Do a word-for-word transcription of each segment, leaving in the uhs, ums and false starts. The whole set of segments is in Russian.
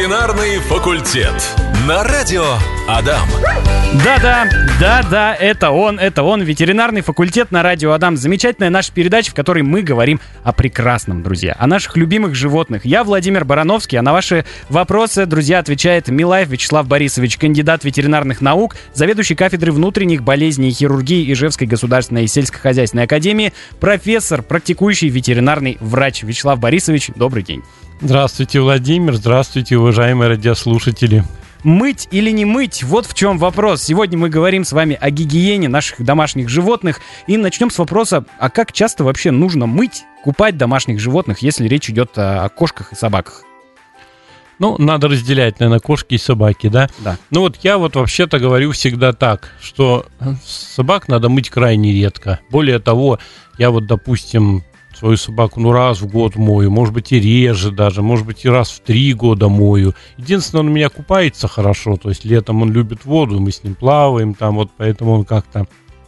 Ветеринарный факультет. На радио Адам. Да-да, да-да, это он, это он, ветеринарный факультет на радио Адам. Замечательная наша передача, в которой мы говорим о прекрасном, друзья, о наших любимых животных. Я Владимир Барановский, а на ваши вопросы, друзья, отвечает Милаев Вячеслав Борисович, кандидат ветеринарных наук, заведующий кафедрой внутренних болезней и хирургии Ижевской государственной сельскохозяйственной академии, профессор, практикующий ветеринарный врач. Вячеслав Борисович, добрый день. Здравствуйте, Владимир, здравствуйте, уважаемые радиослушатели. Мыть или не мыть? Вот в чем вопрос. Сегодня мы говорим с вами о гигиене наших домашних животных. И начнем с вопроса, а как часто вообще нужно мыть, купать домашних животных, если речь идет о кошках и собаках? Ну, надо разделять, наверное, кошки и собаки, да? Да. Ну вот я вот вообще-то говорю всегда так, что собак надо мыть крайне редко. Более того, я вот, допустим, свою собаку ну раз в год мою, может быть и реже даже, может быть и раз в три года мою. Единственное, он у меня купается хорошо, то есть летом он любит воду, мы с ним плаваем там, вот поэтому он как-то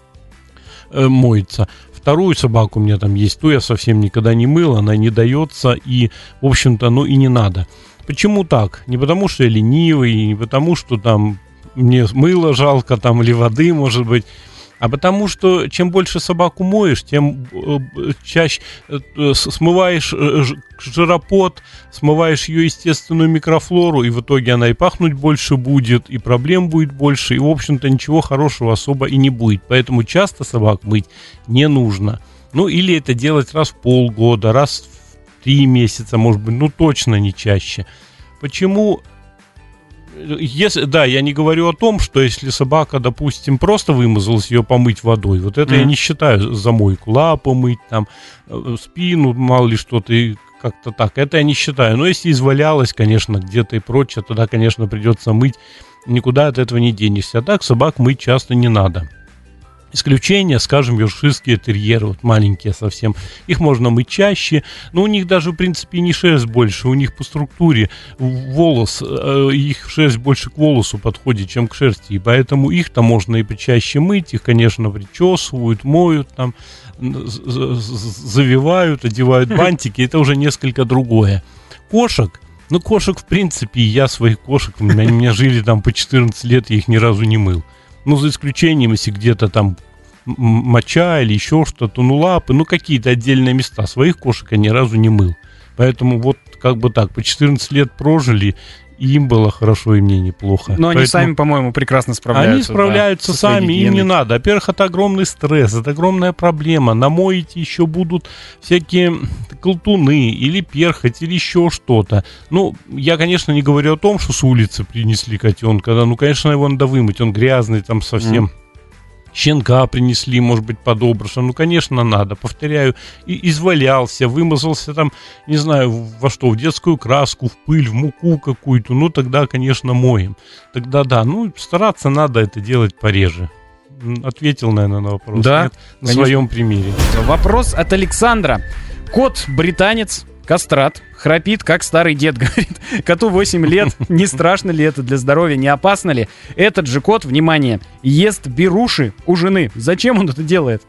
э, моется. Вторую собаку у меня там есть, ту я совсем никогда не мыл, она не дается и, в общем-то, ну и не надо. Почему так? Не потому что я ленивый, не потому что там мне мыла жалко там или воды, может быть, а потому что чем больше собаку моешь, тем чаще смываешь жиропот, смываешь ее естественную микрофлору, и в итоге она и пахнуть больше будет, и проблем будет больше, и, в общем-то, ничего хорошего особо и не будет. Поэтому часто собак мыть не нужно. Ну, или это делать раз в полгода, раз в три месяца, может быть, ну, точно не чаще. Почему? Если, да, я не говорю о том, что если собака, допустим, просто вымазалась, ее помыть водой, вот это mm-hmm. я не считаю за мойку, лапу мыть, там, спину, мало ли что-то, и как-то так, это я не считаю. Но если извалялась, конечно, где-то и прочее, тогда, конечно, придется мыть, никуда от этого не денешься. А так собак мыть часто не надо. Исключение, скажем, йоркширские терьеры, вот маленькие совсем, их можно мыть чаще, но у них даже, в принципе, не шерсть больше, у них по структуре волос, их шерсть больше к волосу подходит, чем к шерсти, и поэтому их-то можно и почаще мыть, их, конечно, причесывают, моют, там, завивают, одевают бантики, это уже несколько другое. Кошек, ну, кошек, в принципе, я своих кошек, у меня, они у меня жили там по четырнадцать лет, я их ни разу не мыл. Ну, за исключением, если где-то там моча или еще что-то, ну, лапы, ну, какие-то отдельные места. Своих кошек я ни разу не мыл. Поэтому вот как бы так, по четырнадцать лет прожили, и им было хорошо, и мне неплохо. Но Поэтому они сами, по-моему, прекрасно справляются. Они справляются, да, сами, им не надо. Во-первых, это огромный стресс, это огромная проблема. Намоете, еще будут всякие колтуны, или перхоть, или еще что-то. Ну, я, конечно, не говорю о том, что с улицы принесли котенка. Да, ну, конечно, его надо вымыть, он грязный там совсем. Mm. Щенка принесли, может быть, подобраться. Ну, конечно, надо. Повторяю, и извалялся, вымазался там, не знаю, во что, в детскую краску, в пыль, в муку какую-то. Ну, тогда, конечно, моем. Тогда да. Ну, стараться надо это делать пореже. Ответил, наверное, на вопрос. Да, нет? На своем примере. Вопрос от Александра. Кот-британец, кастрат, храпит, как старый дед, говорит. Коту восемь лет. Не страшно ли это для здоровья? Не опасно ли? Этот же кот, внимание, ест беруши у жены. Зачем он это делает?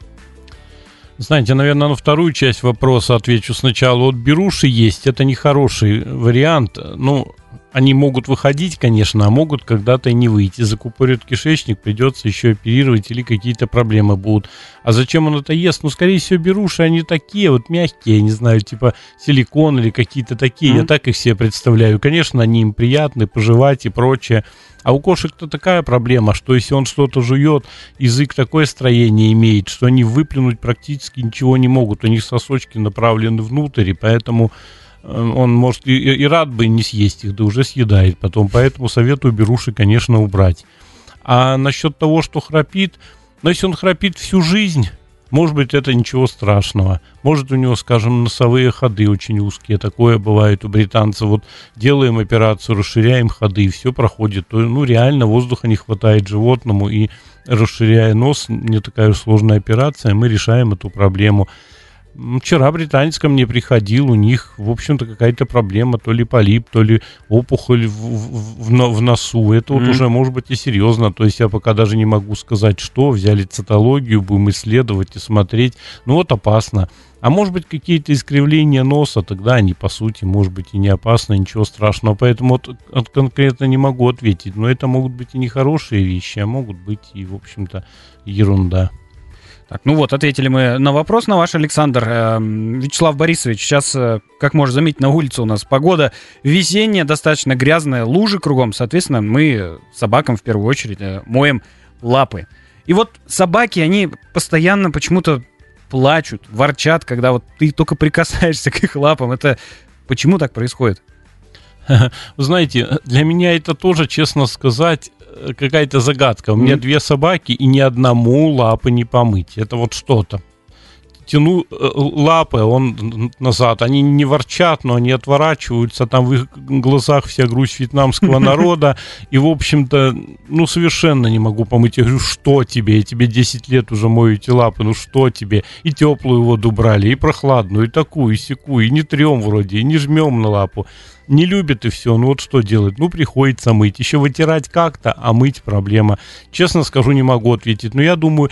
Знаете, наверное, на вторую часть вопроса отвечу сначала. Вот беруши есть, это нехороший вариант. Ну, они могут выходить, конечно, а могут когда-то и не выйти. Закупорят кишечник, придется еще оперировать или какие-то проблемы будут. А зачем он это ест? Ну, скорее всего, беруши, они такие вот мягкие, не знаю, типа силикон или какие-то такие. Mm-hmm. Я так их себе представляю. Конечно, они им приятны, пожевать и прочее. А у кошек-то такая проблема, что если он что-то жует, язык такое строение имеет, что они выплюнуть практически ничего не могут. У них сосочки направлены внутрь, и поэтому он может и, и рад бы не съесть их, да уже съедает потом. Поэтому советую беруши, конечно, убрать. А насчет того, что храпит, ну, если он храпит всю жизнь, может быть, это ничего страшного. Может, у него, скажем, носовые ходы очень узкие. Такое бывает у британцев. Вот делаем операцию, расширяем ходы, и все проходит. То, ну, реально воздуха не хватает животному, и расширяя нос, не такая уж сложная операция, мы решаем эту проблему. Вчера британец ко мне приходил, у них, в общем-то, какая-то проблема, то ли полип, то ли опухоль в, в, в, в носу. Это mm-hmm. вот уже может быть и серьезно. То есть я пока даже не могу сказать, что. Взяли цитологию, будем исследовать и смотреть. Ну вот опасно. А может быть какие-то искривления носа, тогда они, по сути, может быть и не опасны, ничего страшного. Поэтому вот конкретно не могу ответить. Но это могут быть и нехорошие вещи, а могут быть и, в общем-то, ерунда. Так, ну вот, ответили мы на вопрос на ваш, Александр. Э, Вячеслав Борисович, сейчас, э, как можно заметить, на улице у нас погода весенняя, достаточно грязная, лужи кругом. Соответственно, мы собакам в первую очередь э, моем лапы. И вот собаки, они постоянно почему-то плачут, ворчат, когда вот ты только прикасаешься к их лапам. Это почему так происходит? Вы знаете, для меня это тоже, честно сказать, какая-то загадка. У меня mm-hmm. две собаки, и ни одному лапы не помыть. Это вот что-то. Тяну лапы, он назад. Они не ворчат, но они отворачиваются. Там в их глазах вся грусть вьетнамского народа. И, в общем-то, ну, совершенно не могу помыть. Я говорю, что тебе? Я тебе десять лет уже мою эти лапы. Ну, что тебе? И теплую воду брали, и прохладную, и такую, и сякую. И не трем вроде, и не жмем на лапу. Не любит и все, ну вот что делать? Ну, приходится мыть. Еще вытирать как-то, а мыть проблема. Честно скажу, не могу ответить. Но я думаю,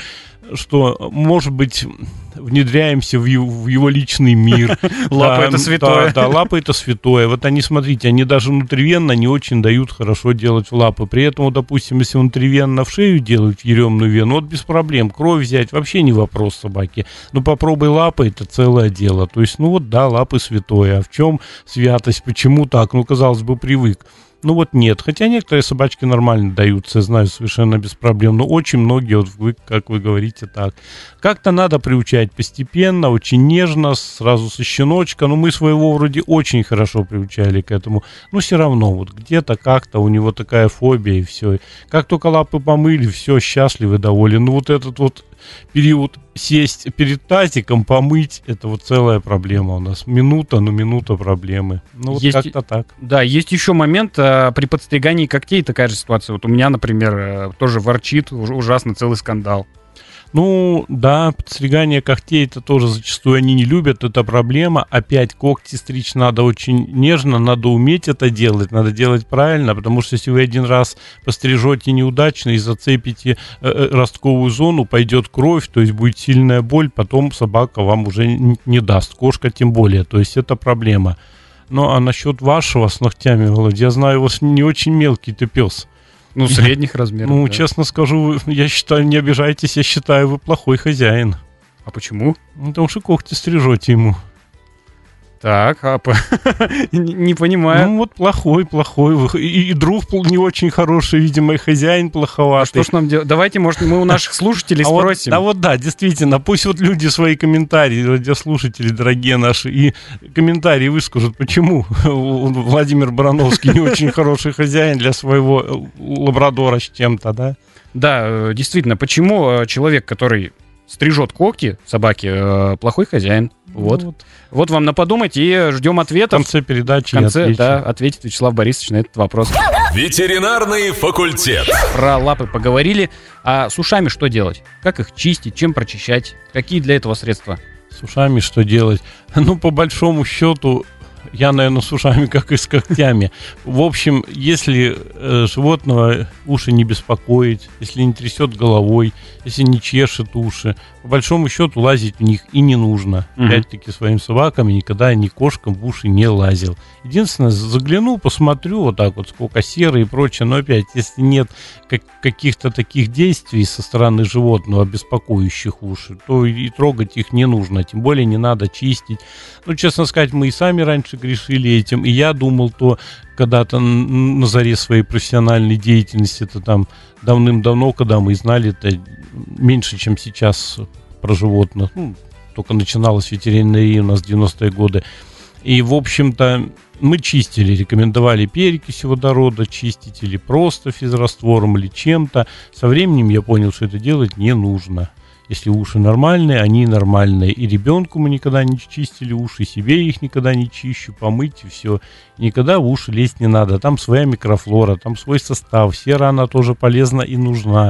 что, может быть, внедряемся в его, в его личный мир. Лапа это святое. Да, да, лапа это святое. Вот они, смотрите, они даже внутривенно не очень дают хорошо делать в лапы. При этом, допустим, если внутривенно в шею делают, в еремную вену, вот без проблем. Кровь взять вообще не вопрос собаки. Но попробуй лапы, это целое дело. То есть, ну вот, да, лапы святое. А в чем святость? Почему так? Ну, казалось бы, привык. Ну вот нет, хотя некоторые собачки нормально даются, я знаю, совершенно без проблем, но очень многие, вот вы, как вы говорите, так. Как-то надо приучать постепенно, очень нежно, сразу со щеночка, но мы своего вроде очень хорошо приучали к этому, но все равно вот где-то как-то у него такая фобия и все. Как только лапы помыли, все, счастливы, довольны. Ну вот этот вот период сесть перед тазиком, помыть, это вот целая проблема у нас. Минута, ну минута проблемы. Ну вот есть, как-то так. Да, есть еще момент а, при подстригании когтей такая же ситуация. Вот у меня, например, тоже ворчит ужасно, целый скандал. Ну, да, подстригание когтей это тоже зачастую они не любят, это проблема. Опять когти стричь надо очень нежно, надо уметь это делать, надо делать правильно, потому что если вы один раз пострижете неудачно и зацепите э, ростковую зону, пойдет кровь, то есть будет сильная боль, потом собака вам уже не даст, кошка тем более, то есть это проблема. Ну, а насчет вашего с ногтями, Володя, я знаю, у вас не очень мелкий ты пес. Ну, средних размеров. Ну, да. Честно скажу, я считаю, не обижайтесь, я считаю, вы плохой хозяин. А почему? Ну, потому что когти стрижете ему. Так, а по... не понимаю. Ну, вот плохой, плохой. И, и друг не очень хороший, видимо, и хозяин плоховатый. А что ж нам делать? Давайте, может, мы у наших слушателей спросим. А вот, да, действительно, пусть вот люди свои комментарии, радиослушатели, дорогие наши, и комментарии выскажут, почему Владимир Барановский не очень хороший хозяин для своего лабрадора с чем-то, да? Да, действительно, почему человек, который стрижет когти собаки, плохой хозяин? Вот. вот. Вот вам на подумать и ждем ответов. В конце передачи В конце, да, ответит Вячеслав Борисович на этот вопрос. Ветеринарный факультет. Про лапы поговорили. А с ушами что делать? Как их чистить? Чем прочищать? Какие для этого средства? С ушами что делать? Ну, по большому счету, я, наверное, с ушами, как и с когтями. В общем, если э, животного уши не беспокоит, если не трясет головой, если не чешет уши, по большому счету лазить в них и не нужно. Mm-hmm. Опять-таки, своим собакам и никогда ни кошкам в уши не лазил. Единственное, загляну, посмотрю вот так вот, сколько серы и прочее, но опять, если нет как- каких-то таких действий со стороны животного, беспокоящих уши, то и трогать их не нужно, тем более не надо чистить. Ну, честно сказать, мы и сами раньше грешили этим, и я думал, то когда-то на заре своей профессиональной деятельности, это там давным-давно, когда мы знали это меньше, чем сейчас про животных, ну, только начиналась ветеринария у нас в девяностые годы, и, в общем-то, мы чистили, рекомендовали перекись водорода чистить или просто физраствором, или чем-то. Со временем я понял, что это делать не нужно. Если уши нормальные, они нормальные. И ребенку мы никогда не чистили уши, себе их никогда не чищу, помыть и все. Никогда в уши лезть не надо. Там своя микрофлора, там свой состав. Сера, она тоже полезна и нужна.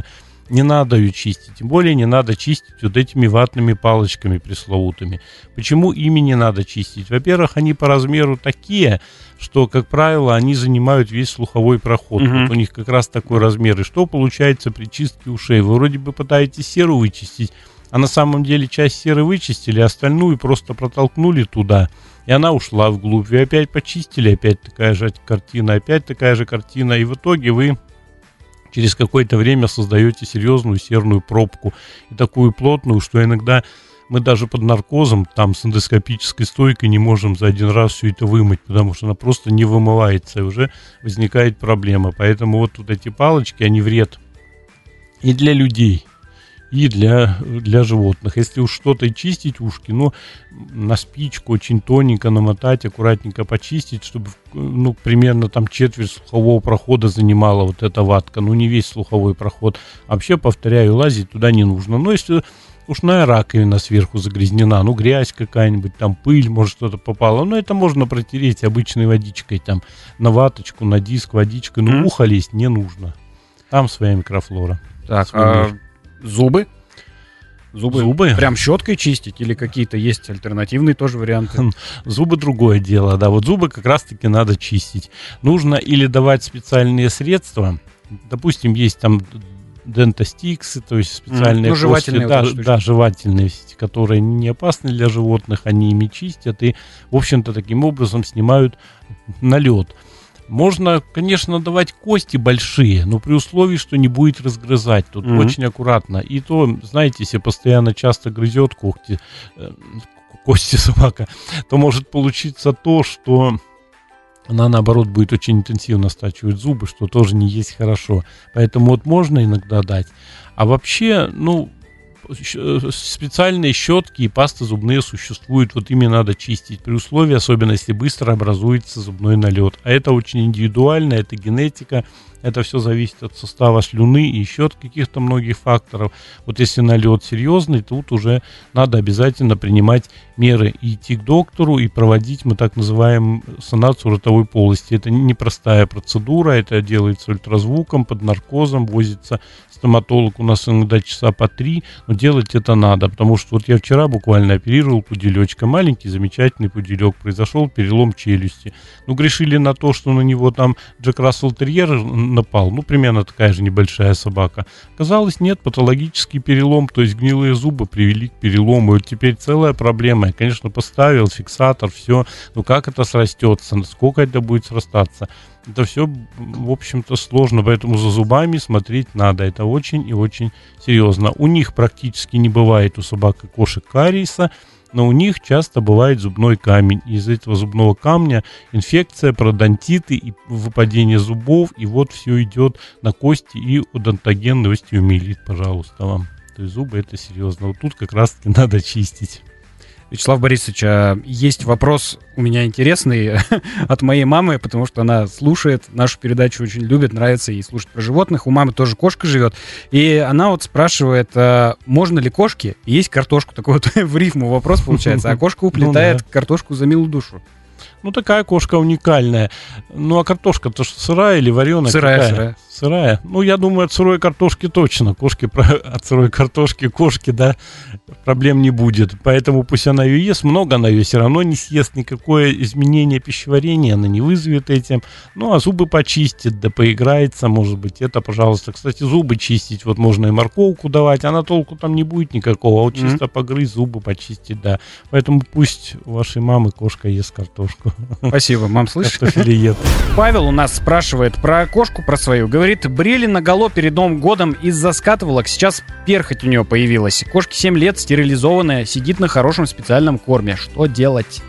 не надо ее чистить. Тем более не надо чистить вот этими ватными палочками пресловутыми. Почему ими не надо чистить? Во-первых, они по размеру такие, что, как правило, они занимают весь слуховой проход. Мгм. Вот у них как раз такой размер. И что получается при чистке ушей? Вы вроде бы пытаетесь серу вычистить, а на самом деле часть серы вычистили, а остальную просто протолкнули туда, и она ушла вглубь. Вы опять почистили, опять такая же картина, опять такая же картина, и в итоге вы через какое-то время создаете серьезную серную пробку, и такую плотную, что иногда мы даже под наркозом, там с эндоскопической стойкой не можем за один раз все это вымыть, потому что она просто не вымывается, и уже возникает проблема. Поэтому вот, вот эти палочки, они вред и для людей, и для, для животных. Если уж что-то и чистить ушки, ну, на спичку очень тоненько намотать, аккуратненько почистить, чтобы, ну, примерно там четверть слухового прохода занимала вот эта ватка, ну, не весь слуховой проход. А вообще, повторяю, лазить туда не нужно. Но если ушная раковина сверху загрязнена, ну, грязь какая-нибудь, там пыль, может, что-то попало, ну, это можно протереть обычной водичкой, там, на ваточку, на диск водичкой, но Mm. ухо лезть не нужно. Там своя микрофлора. Так, Свой а мир. зубы? Зубы? Зубы? Прям щеткой чистить или какие-то есть альтернативные тоже варианты? Зубы другое дело, да, вот зубы как раз-таки надо чистить. Нужно или давать специальные средства, допустим, есть там дентостиксы, то есть специальные ну, жевательные кости, вот да, эти штучки. да, жевательные, которые не опасны для животных, они ими чистят и, в общем-то, таким образом снимают налет. Можно, конечно, давать кости большие, но при условии, что не будет разгрызать. Тут Мгм. очень аккуратно. И то, знаете, если постоянно часто грызет когти, э, кости собака, то может получиться то, что она, наоборот, будет очень интенсивно стачивать зубы, что тоже не есть хорошо. Поэтому вот можно иногда дать. А вообще, ну, щ- специальные щетки и пасты зубные существуют, вот ими надо чистить, при условии, особенно если быстро образуется зубной налет. А это очень индивидуально, это генетика, это все зависит от состава слюны и еще от каких-то многих факторов. Вот если налет серьезный, тут уже надо обязательно принимать меры и идти к доктору и проводить, мы так называем, санацию ротовой полости. Это непростая процедура, это делается ультразвуком, под наркозом, возится стоматолог у нас иногда часа по три, но делать это надо, потому что вот я вчера буквально оперировал пуделечка, маленький замечательный пуделек, произошел перелом челюсти. Ну, грешили на то, что на него там Джек Рассел Терьер напал, ну, примерно такая же небольшая собака. Оказалось, нет, патологический перелом, то есть гнилые зубы привели к перелому, и вот теперь целая проблема. Я, конечно, поставил фиксатор, все, но как это срастется, насколько это будет срастаться, это все, в общем-то, сложно, поэтому за зубами смотреть надо, это очень и очень серьезно. У них практически не бывает у собак и кошек кариеса, но у них часто бывает зубной камень. И из-за этого зубного камня инфекция, пародонтиты и выпадение зубов, и вот все идет на кости и одонтогенный остеомиелит, пожалуйста, вам. То есть зубы это серьезно. Вот тут как раз-таки надо чистить. Вячеслав Борисович, а есть вопрос у меня интересный от моей мамы, потому что она слушает нашу передачу, очень любит, нравится ей слушать про животных. У мамы тоже кошка живет. И она вот спрашивает, а можно ли кошке есть картошку? Такой вот в рифму вопрос получается. А кошка уплетает Ну да. картошку за милую душу. Ну, такая кошка уникальная. Ну, а картошка-то что, сырая или вареная? Сырая, Какая? сырая. Сырая? Ну, я думаю, от сырой картошки точно. Кошки, про- от сырой картошки кошки, да, проблем не будет. Поэтому пусть она ее ест. Много она ее все равно не съест. Никакое изменение пищеварения она не вызовет этим. Ну, а зубы почистит, да поиграется, может быть. Это, пожалуйста. Кстати, зубы чистить. Вот можно и морковку давать. Она толку там не будет никакого. А вот чисто погрызть, зубы почистить, да. Поэтому пусть у вашей мамы кошка ест картошку. Спасибо, мам, слышишь? Картофелиед. Павел у нас спрашивает про кошку, про свою. Говорит, брели наголо перед Новым годом из-за скатывалок. Сейчас перхоть у нее появилась. Кошке семь лет, стерилизованная, сидит на хорошем специальном корме. Что делать?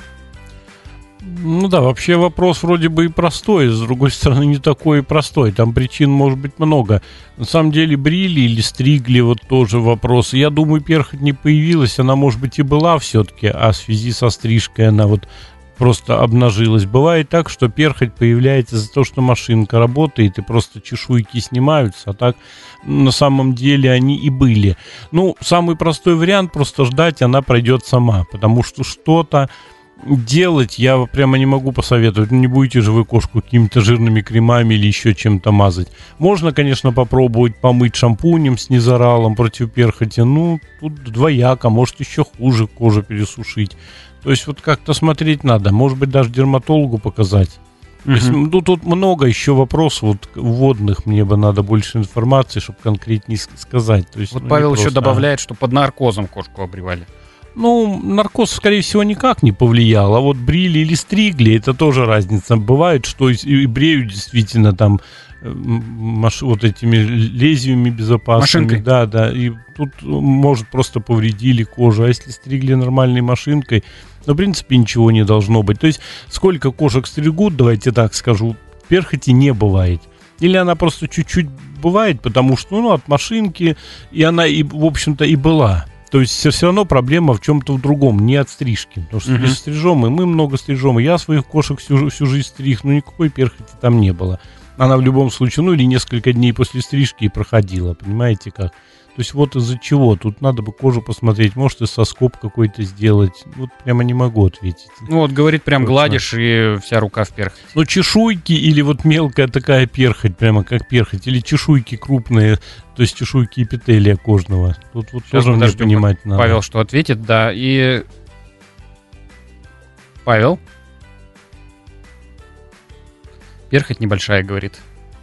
Ну да, вообще вопрос вроде бы и простой, с другой стороны не такой и простой, там причин может быть много. На самом деле брили или стригли, вот тоже вопрос. Я думаю, перхоть не появилась, она может быть и была все-таки, а в связи со стрижкой она вот просто обнажилась. Бывает так, что перхоть появляется из-за того, что машинка работает, и просто чешуйки снимаются, а так на самом деле они и были. Ну, самый простой вариант — просто ждать, она пройдет сама, потому что что-то делать я прямо не могу посоветовать. Не будете же вы кошку какими-то жирными кремами или еще чем-то мазать. Можно, конечно, попробовать помыть шампунем с низоралом против перхоти. Ну, тут двояко, может еще хуже кожу пересушить. То есть вот как-то смотреть надо. Может быть, даже дерматологу показать. Uh-huh. То есть, ну, тут много еще вопросов вот, вводных. Мне бы надо больше информации, чтобы конкретнее сказать. То есть, вот ну, Павел еще просто, добавляет, что под наркозом кошку обревали. Ну, наркоз, скорее всего, никак не повлиял. А вот брили или стригли, это тоже разница. Бывает, что и, и бреют действительно там маш, вот этими лезвиями безопасными. Машинкой. Да, да. И тут, может, просто повредили кожу. А если стригли нормальной машинкой, ну, в принципе, ничего не должно быть. То есть, сколько кошек стригут, давайте так скажу, перхоти не бывает. Или она просто чуть-чуть бывает, потому что, ну, от машинки, и она, и, в общем-то, и была. То есть все равно проблема в чем-то в другом, не от стрижки. Потому что uh-huh. если стрижем, и мы много стрижем, и я своих кошек всю, всю жизнь стриг, но никакой перхоти там не было. Она в любом случае, ну или несколько дней после стрижки и проходила, понимаете как. То есть вот из-за чего. Тут надо бы кожу посмотреть, может и соскоб какой-то сделать. Вот прямо не могу ответить. Ну вот говорит, прям Точно. Гладишь и вся рука в перхоть. Ну чешуйки или вот мелкая такая перхоть, прямо как перхоть, или чешуйки крупные, то есть чешуйки эпителия кожного. Тут вот Сейчас тоже мне понимать надо. Павел что ответит, да. И Павел. Перхоть небольшая, говорит.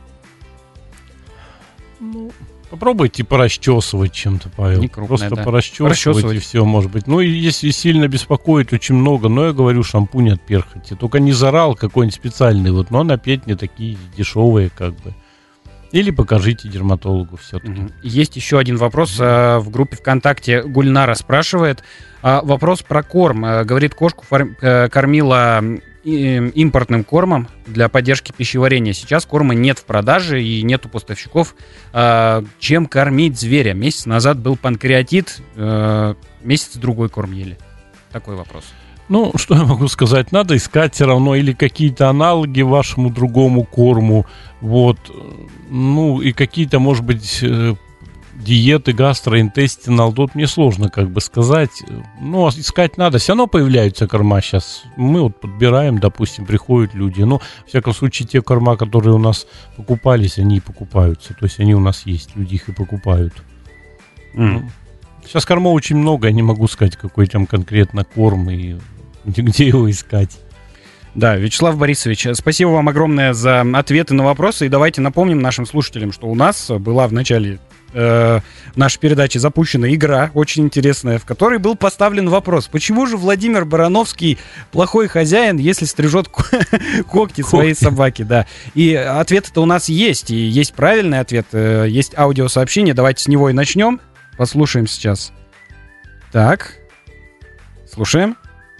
Ну, попробуйте порасчесывать чем-то, Павел. Не крупная, Просто да. порасчесывать, порасчесывать и все, может быть. Ну, и если сильно беспокоит, очень много. Но я говорю, шампунь от перхоти. Только не зарал какой-нибудь специальный, вот, но он опять не такие дешевые, как бы. Или покажите дерматологу все-таки. Угу. Есть еще один вопрос. Mm-hmm. В группе ВКонтакте Гульнара спрашивает. Вопрос про корм. Говорит, кошку кормила импортным кормом для поддержки пищеварения. Сейчас корма нет в продаже и нет у поставщиков. Чем кормить зверя? Месяц назад был панкреатит, месяц другой корм ели. Такой вопрос. Ну, что я могу сказать? Надо искать все равно или какие-то аналоги вашему другому корму, вот, ну, и какие-то, может быть, диеты гастроинтестинал. Тут мне сложно как бы сказать. Но искать надо. Все равно появляются корма сейчас. Мы вот подбираем, допустим, приходят люди. Но, в всяком случае, те корма, которые у нас покупались, они и покупаются. То есть они у нас есть, люди их и покупают. Mm. Сейчас кормов очень много. Я не могу сказать, какой там конкретно корм и где его искать. Да, Вячеслав Борисович, спасибо вам огромное за ответы на вопросы. И давайте напомним нашим слушателям, что у нас была в начале э, нашей передачи запущена игра очень интересная, в которой был поставлен вопрос: почему же Владимир Барановский плохой хозяин, если стрижет когти своей собаки? Да. И ответ-то у нас есть, и есть правильный ответ, есть аудиосообщение. Давайте с него и начнем. Послушаем сейчас. Так, слушаем.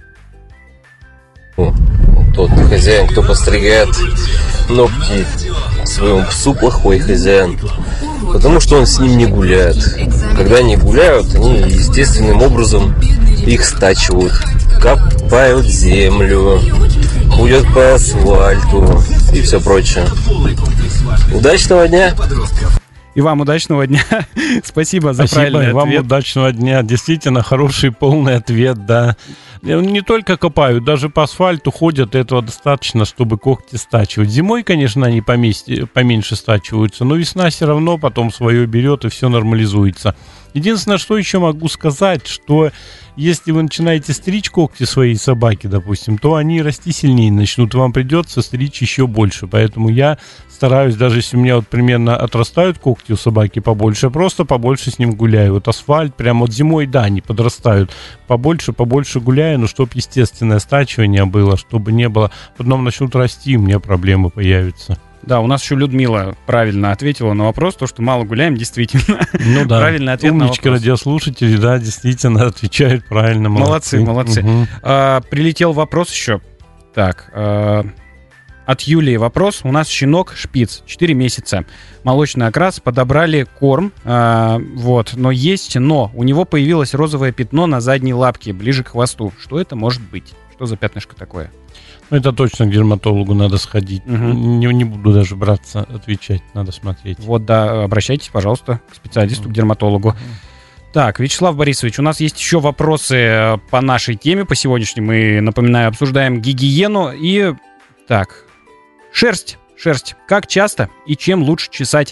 Тот хозяин, кто постригает ногти своему псу, плохой хозяин. Потому что он с ним не гуляет. Когда они гуляют, они естественным образом их стачивают. Копают землю, ходят по асфальту и все прочее. Удачного дня! И вам удачного дня. Спасибо за Спасибо, правильный и вам ответ. удачного дня. Действительно, хороший полный ответ, да. Не только копают, даже по асфальту ходят, этого достаточно, чтобы когти стачивать. Зимой, конечно, они поместе, поменьше стачиваются, но весна все равно потом свое берет и все нормализуется. Единственное, что еще могу сказать, что если вы начинаете стричь когти своей собаки, допустим, то они расти сильнее начнут, и вам придется стричь еще больше. Поэтому я стараюсь, даже если у меня вот примерно отрастают когти у собаки побольше, просто побольше с ним гуляю. Вот асфальт, прям вот зимой, да, они подрастают. Побольше, побольше гуляю, но чтобы естественное стачивание было, чтобы не было. Потом начнут расти, у меня проблемы появятся. Да, у нас еще Людмила правильно ответила на вопрос, то, что мало гуляем, действительно. Ну да, правильный ответ умнички на вопрос. Радиослушатели, да, действительно отвечают правильно. Молодцы, молодцы. Угу. А, прилетел вопрос еще. Так, а, от Юлии вопрос. У нас щенок шпиц, четыре месяца. Молочный окрас, подобрали корм, а, вот, но есть но. У него появилось розовое пятно на задней лапке, ближе к хвосту. Что это может быть? Что за пятнышко такое? Ну, это точно к дерматологу надо сходить. Угу. Не, не буду даже браться отвечать, надо смотреть. Вот, да, обращайтесь, пожалуйста, к специалисту, к дерматологу. Угу. Так, Вячеслав Борисович, у нас есть еще вопросы по нашей теме, по сегодняшней. Мы, напоминаю, обсуждаем гигиену. И так, шерсть, шерсть. Как часто и чем лучше чесать?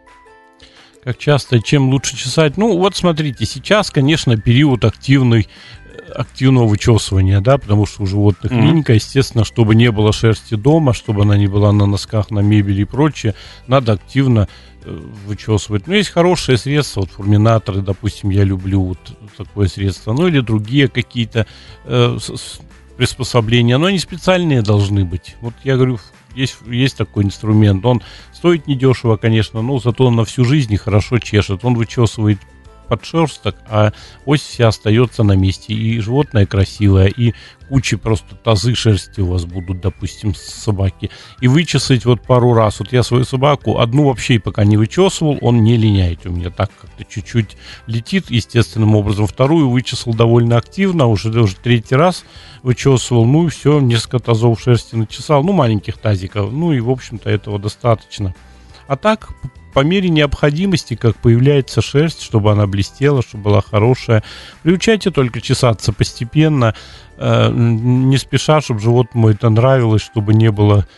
Как часто и чем лучше чесать? Ну, вот смотрите, сейчас, конечно, период активный, активного вычесывания, да, потому что у животных mm-hmm. линька, естественно, чтобы не было шерсти дома, чтобы она не была на носках, на мебели и прочее, надо активно э, вычесывать. Но есть хорошие средства, вот фурминаторы, допустим, я люблю вот такое средство, ну или другие какие-то э, с, с, приспособления, но они специальные должны быть. Вот я говорю, есть, есть такой инструмент, он стоит недешево, конечно, но зато он на всю жизнь и хорошо чешет, он вычесывает подшерсток, а ось вся остается на месте. И животное красивое, и кучи просто тазы шерсти у вас будут, допустим, с собаки. И вычесать вот пару раз. Вот я свою собаку одну вообще пока не вычесывал, он не линяет у меня. Так как-то чуть-чуть летит естественным образом. Вторую вычесал довольно активно, уже, уже третий раз вычесывал. Ну и все, несколько тазов шерсти начесал. Ну, маленьких тазиков. Ну и, в общем-то, этого достаточно. А так, по мере необходимости, как появляется шерсть, чтобы она блестела, чтобы была хорошая, приучайте только чесаться постепенно, э, не спеша, чтобы животному это нравилось, чтобы не было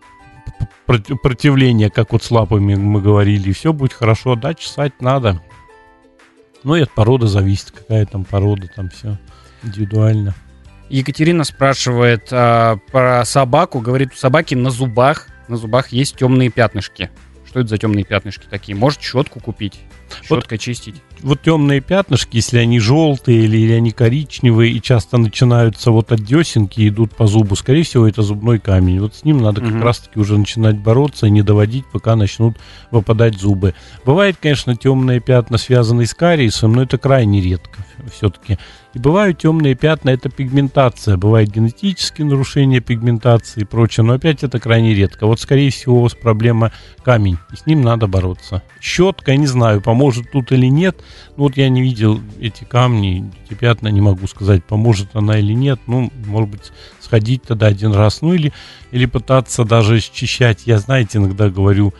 противления, как вот с лапами мы говорили, и все будет хорошо. Да, чесать надо. Ну и от породы зависит, какая там порода, там все индивидуально. Екатерина спрашивает а, про собаку, говорит, у собаки на зубах, на зубах есть темные пятнышки. Что это за темные пятнышки такие? Может, щетку купить, щеткой вот, чистить? Вот темные пятнышки, если они желтые или, или они коричневые и часто начинаются вот от десенки, идут по зубу, скорее всего, это зубной камень. Вот с ним надо угу. как раз-таки уже начинать бороться и не доводить, пока начнут выпадать зубы. Бывает, конечно, темные пятна, связанные с кариесом, но это крайне редко все-таки. И бывают темные пятна, это пигментация. Бывают генетические нарушения пигментации и прочее, но опять это крайне редко. Вот, скорее всего, у вас проблема камень, и с ним надо бороться. Щетка, я не знаю, поможет тут или нет. Ну, вот я не видел эти камни, эти пятна, не могу сказать, поможет она или нет. Ну, может быть, сходить тогда один раз. Ну, или, или пытаться даже счищать. Я, знаете, иногда говорю,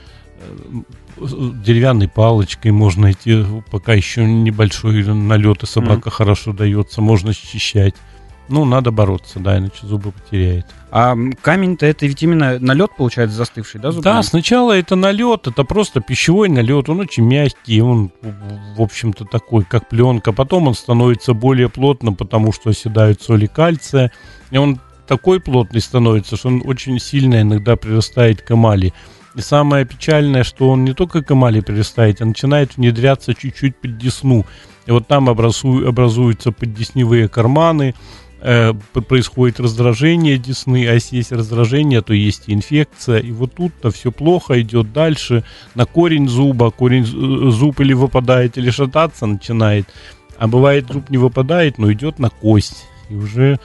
деревянной палочкой можно идти, пока еще небольшой налет, и собака mm-hmm. хорошо дается, можно счищать. Ну, надо бороться, да, иначе зубы потеряет. А камень-то это ведь именно налет, получается, застывший, да, зубами? Да, сначала это налет, это просто пищевой налет, он очень мягкий, он, в общем-то, такой, как пленка. Потом он становится более плотным, потому что оседают соли кальция, и он такой плотный становится, что он очень сильно иногда прирастает к эмали. И самое печальное, что он не только к эмали прирастает, а начинает внедряться чуть-чуть под десну. И вот там образу, образуются поддесневые карманы, э, происходит раздражение десны, а если есть раздражение, то есть и инфекция. И вот тут-то все плохо, идет дальше на корень зуба. Корень зуб или выпадает, или шататься начинает. А бывает, зуб не выпадает, но идет на кость. И уже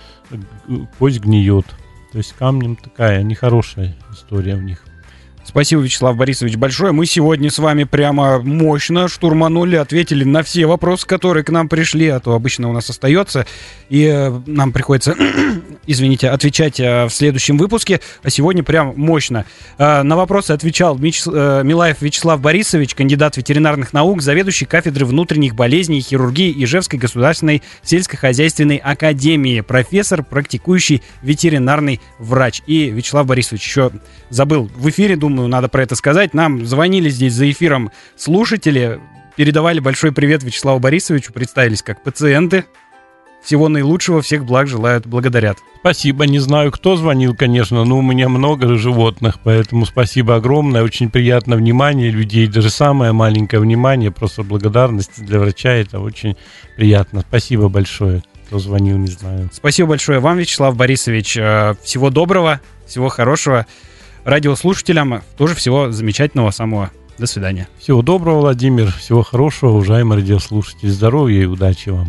кость гниет. То есть камнем такая нехорошая история в них. Спасибо, Вячеслав Борисович, большое. Мы сегодня с вами прямо мощно штурманули, ответили на все вопросы, которые к нам пришли, а то обычно у нас остается, и э, нам приходится, извините, отвечать э, в следующем выпуске, а сегодня прям мощно. Э, на вопросы отвечал Мич, э, Милаев Вячеслав Борисович, кандидат ветеринарных наук, заведующий кафедрой внутренних болезней и хирургии Ижевской государственной сельскохозяйственной академии, профессор, практикующий ветеринарный врач. И Вячеслав Борисович, еще забыл в эфире, думаю, надо про это сказать. Нам звонили здесь за эфиром слушатели, передавали большой привет Вячеславу Борисовичу, представились как пациенты. Всего наилучшего, всех благ желают, благодарят. Спасибо, не знаю, кто звонил, конечно, но у меня много животных, поэтому спасибо огромное, очень приятно внимание людей, даже самое маленькое внимание, просто благодарность для врача, это очень приятно. Спасибо большое, кто звонил, не знаю. Спасибо большое вам, Вячеслав Борисович, всего доброго, всего хорошего. Радиослушателям тоже всего замечательного самого. До свидания. Всего доброго, Владимир. Всего хорошего, уважаемые радиослушатели. Здоровья и удачи вам.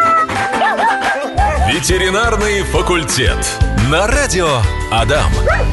Ветеринарный факультет. На радио Адам.